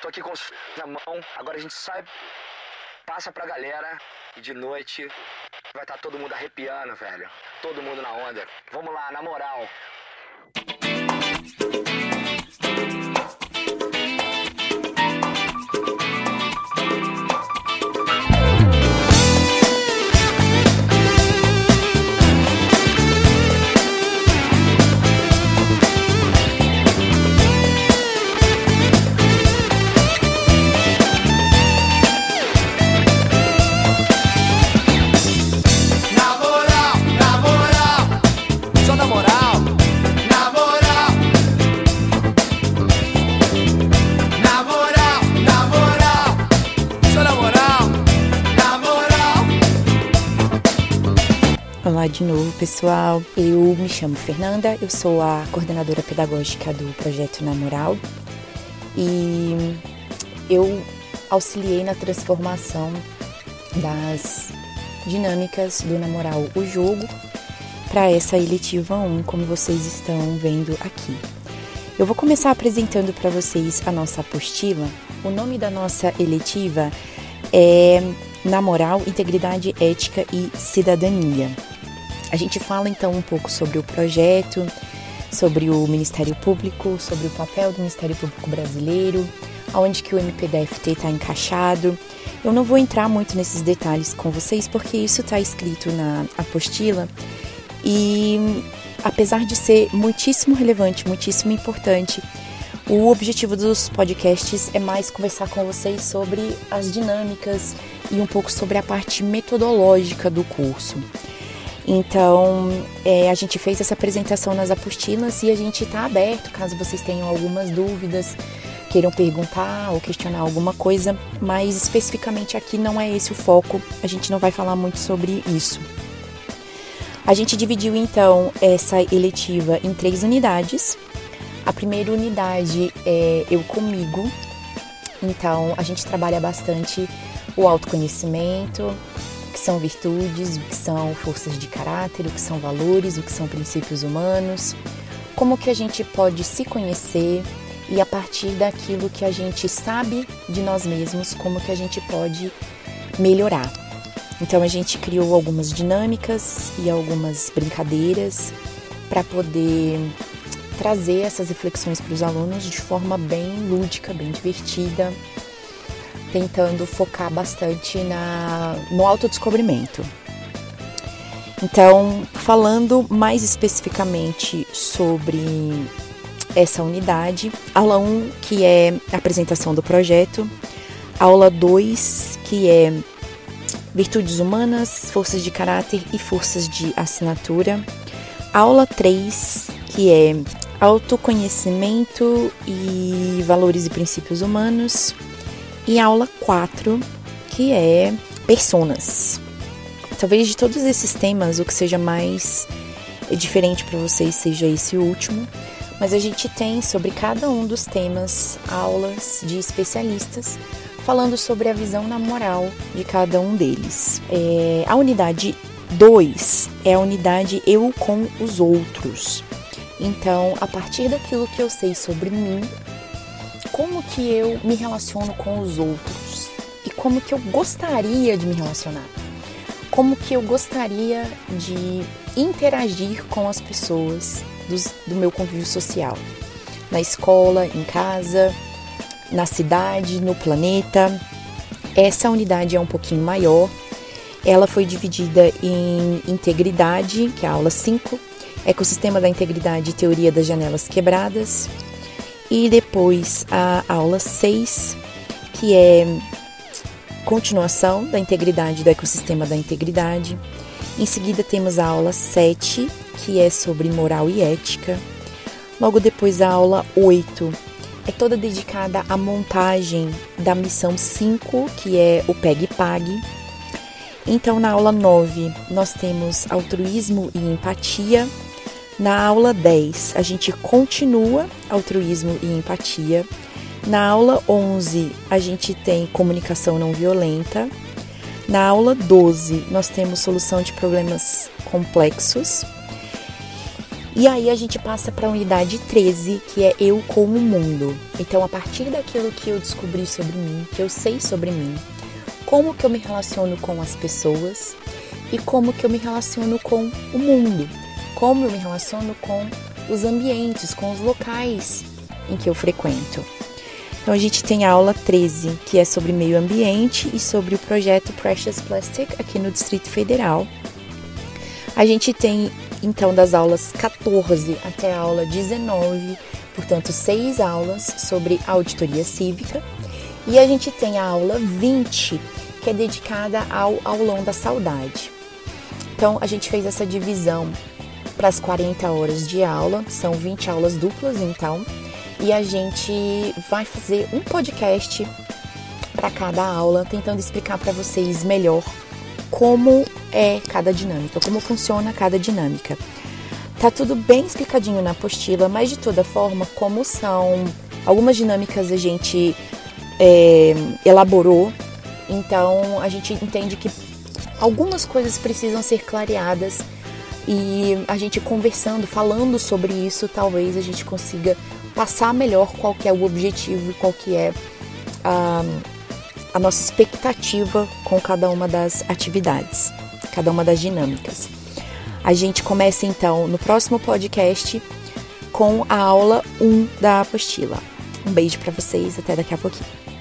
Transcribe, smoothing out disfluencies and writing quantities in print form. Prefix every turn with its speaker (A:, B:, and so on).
A: Tô aqui com os na mão, agora a gente sai, passa pra galera e de noite vai estar todo mundo arrepiando, velho. Todo mundo na onda. Vamos lá, na moral.
B: Olá de novo, pessoal. Eu me chamo Fernanda, eu sou a coordenadora pedagógica do projeto Na Moral e eu auxiliei na transformação das dinâmicas do Na Moral, o jogo, para essa eletiva 1, como vocês estão vendo aqui. Eu vou começar apresentando para vocês a nossa apostila. O nome da nossa eletiva é Na Moral, Integridade, Ética e Cidadania. A gente fala então um pouco sobre o projeto, sobre o Ministério Público, sobre o papel do Ministério Público brasileiro, aonde que o MPDFT está encaixado. Eu não vou entrar muito nesses detalhes com vocês, porque isso está escrito na apostila e, apesar de ser muitíssimo relevante, muitíssimo importante, o objetivo dos podcasts é mais conversar com vocês sobre as dinâmicas e um pouco sobre a parte metodológica do curso. Então, a gente fez essa apresentação nas apostilas e a gente está aberto, caso vocês tenham algumas dúvidas, queiram perguntar ou questionar alguma coisa, mas especificamente aqui não é esse o foco, a gente não vai falar muito sobre isso. A gente dividiu então essa eletiva em 3 unidades. A primeira unidade é Eu Comigo, então a gente trabalha bastante o autoconhecimento, o que são virtudes, o que são forças de caráter, o que são valores, o que são princípios humanos, como que a gente pode se conhecer e a partir daquilo que a gente sabe de nós mesmos, como que a gente pode melhorar. Então a gente criou algumas dinâmicas e algumas brincadeiras para poder trazer essas reflexões para os alunos de forma bem lúdica, bem divertida, tentando focar bastante no autodescobrimento. Então, falando mais especificamente sobre essa unidade, aula 1, que é a apresentação do projeto, aula 2, que é virtudes humanas, forças de caráter e forças de assinatura, aula 3, que é autoconhecimento e valores e princípios humanos, e aula 4, que é personas. Talvez de todos esses temas, o que seja mais diferente para vocês seja esse último, mas a gente tem sobre cada um dos temas aulas de especialistas falando sobre a visão na moral de cada um deles. A unidade 2 é a unidade Eu com os Outros. Então, a partir daquilo que eu sei sobre mim, como que eu me relaciono com os outros e como que eu gostaria de me relacionar, como que eu gostaria de interagir com as pessoas do meu convívio social, na escola, em casa, na cidade, no planeta. Essa unidade é um pouquinho maior, ela foi dividida em integridade, que é a aula 5, ecossistema da integridade e teoria das janelas quebradas, e depois a aula 6, que é continuação da integridade do ecossistema da integridade. Em seguida temos a aula 7, que é sobre moral e ética. Logo depois a aula 8 é toda dedicada à montagem da missão 5, que é o PEG PAG. Então na aula 9 nós temos altruísmo e empatia. Na aula 10, a gente continua altruísmo e empatia. Na aula 11, a gente tem comunicação não violenta. Na aula 12, nós temos solução de problemas complexos. E aí a gente passa para a unidade 13, que é eu com o mundo. Então, a partir daquilo que eu descobri sobre mim, que eu sei sobre mim, como que eu me relaciono com as pessoas e como que eu me relaciono com o mundo, como eu me relaciono com os ambientes, com os locais em que eu frequento. Então, a gente tem a aula 13, que é sobre meio ambiente e sobre o projeto Precious Plastic aqui no Distrito Federal. A gente tem, então, das aulas 14 até a aula 19, portanto, 6 aulas sobre auditoria cívica. E a gente tem a aula 20, que é dedicada ao aulão da saudade. Então, a gente fez essa divisão para as 40 horas de aula, são 20 aulas duplas, então, e a gente vai fazer um podcast para cada aula, tentando explicar para vocês melhor como é cada dinâmica, como funciona cada dinâmica. Tá tudo bem explicadinho na apostila, mas de toda forma, como são algumas dinâmicas a gente elaborou, então a gente entende que algumas coisas precisam ser clareadas e a gente conversando, falando sobre isso, talvez a gente consiga passar melhor qual que é o objetivo e qual que é a nossa expectativa com cada uma das atividades, cada uma das dinâmicas. A gente começa então no próximo podcast com a aula 1 da apostila. Um beijo para vocês, até daqui a pouquinho.